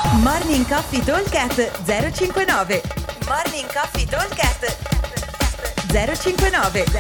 Morning Coffee Talkcast 059. Morning Coffee Talkcast 059.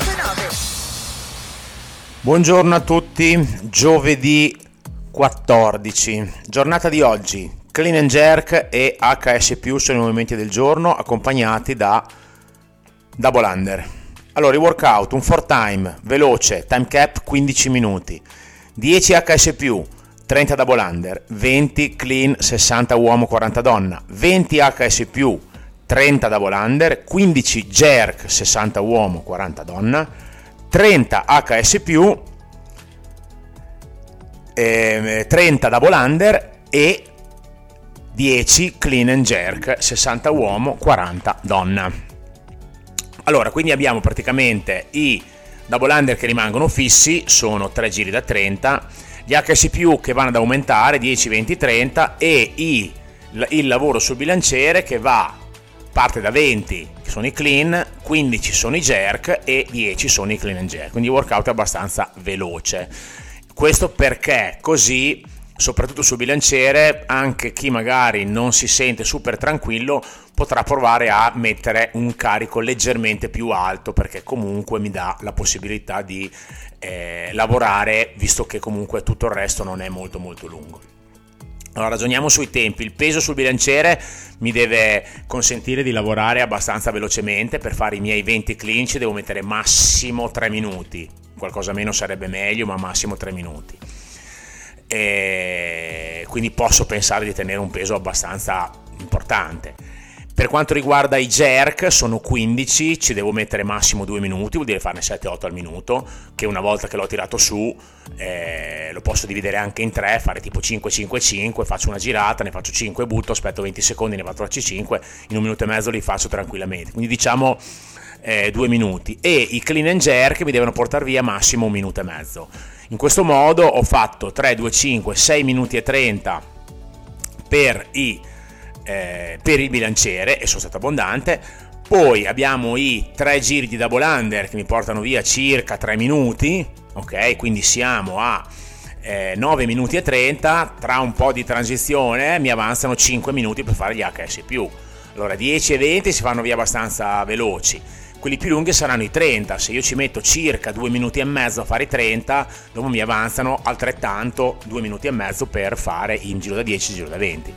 Buongiorno a tutti, giovedì 14, giornata di oggi, clean and jerk e HS+, sono i movimenti del giorno, accompagnati da double under. Allora, i workout, un 4 time, veloce, time cap 15 minuti, 10 HS+, 30 double under, 20 clean, 60 uomo, 40 donna, 20 HS+, 30 double under, 15 jerk, 60 uomo, 40 donna, 30 HS+, 30 double under e 10 clean and jerk, 60 uomo, 40 donna. Allora, quindi abbiamo praticamente i double under che rimangono fissi, sono 3 giri da 30, gli HS+ che vanno ad aumentare 10, 20, 30 e il lavoro sul bilanciere che parte da 20 che sono i clean, 15 sono i jerk e 10 sono i clean and jerk, quindi il workout è abbastanza veloce. Questo perché così, soprattutto sul bilanciere, anche chi magari non si sente super tranquillo potrà provare a mettere un carico leggermente più alto, perché comunque mi dà la possibilità di lavorare, visto che comunque tutto il resto non è molto lungo. Allora, ragioniamo sui tempi. Il peso sul bilanciere mi deve consentire di lavorare abbastanza velocemente. Per fare i miei 20 clean ci devo mettere massimo 3 minuti, qualcosa meno sarebbe meglio, ma massimo 3 minuti. Quindi posso pensare di tenere un peso abbastanza importante. Per quanto riguarda i jerk, sono 15, ci devo mettere massimo 2 minuti, vuol dire farne 7-8 al minuto, che una volta che l'ho tirato su lo posso dividere anche in 3, fare tipo 5-5-5, faccio una girata, ne faccio 5, butto, aspetto 20 secondi, ne faccio 5, in 1 minuto e mezzo li faccio tranquillamente, quindi diciamo 2 minuti. E i clean and jerk mi devono portare via massimo 1 minuto e mezzo. In questo modo ho fatto 3, 2, 5, 6 minuti e 30 per il bilanciere e sono stato abbondante. Poi abbiamo i 3 giri di double under che mi portano via circa 3 minuti, ok? Quindi siamo a 9 minuti e 30, tra un po' di transizione mi avanzano 5 minuti per fare gli HS+. Allora 10 e 20 si fanno via abbastanza veloci, quelli più lunghi saranno i 30, se io ci metto circa 2 minuti e mezzo a fare i 30, dopo mi avanzano altrettanto 2 minuti e mezzo per fare il giro da 10 e il giro da 20.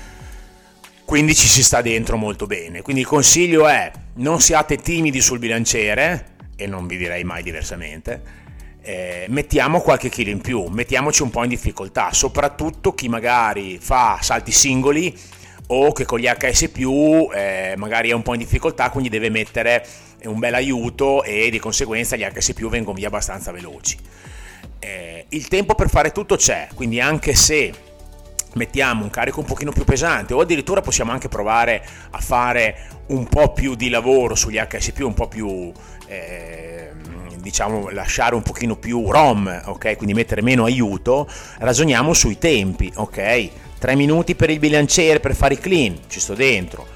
Quindi ci si sta dentro molto bene. Quindi il consiglio è: non siate timidi sul bilanciere, e non vi direi mai diversamente, mettiamo qualche chilo in più, mettiamoci un po' in difficoltà, soprattutto chi magari fa salti singoli o che con gli HS+, magari è un po' in difficoltà, quindi deve mettere un bel aiuto e di conseguenza gli HS+ vengono via abbastanza veloci. Il tempo per fare tutto c'è, quindi anche se mettiamo un carico un pochino più pesante, o addirittura possiamo anche provare a fare un po' più di lavoro sugli HS+, un po' più diciamo lasciare un pochino più ROM, ok? Quindi mettere meno aiuto. Ragioniamo sui tempi, ok? 3 minuti per il bilanciere per fare i clean, ci sto dentro.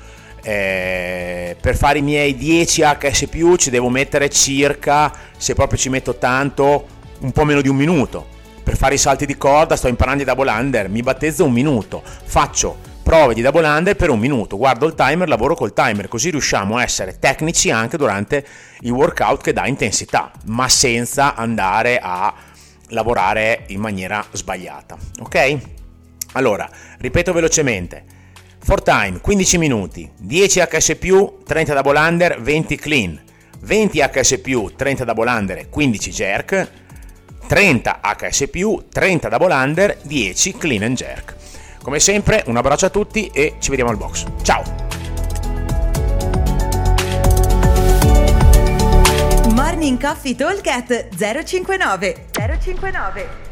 Per fare i miei 10 HS+, ci devo mettere circa, se proprio ci metto tanto, un po' meno di 1 minuto. Per fare i salti di corda sto imparando i double under, mi battezzo 1 minuto, faccio prove di double under per 1 minuto, guardo il timer, lavoro col timer, così riusciamo a essere tecnici anche durante il workout che dà intensità, ma senza andare a lavorare in maniera sbagliata, ok? Allora, ripeto velocemente: 4 time, 15 minuti, 10 HS+, 30 double under, 20 clean, 20 HS+, 30 double under, 15 jerk, 30 HS+, 30 double under, 10 clean and jerk. Come sempre, un abbraccio a tutti e ci vediamo al box. Ciao! Morning Coffee Talkcast 059.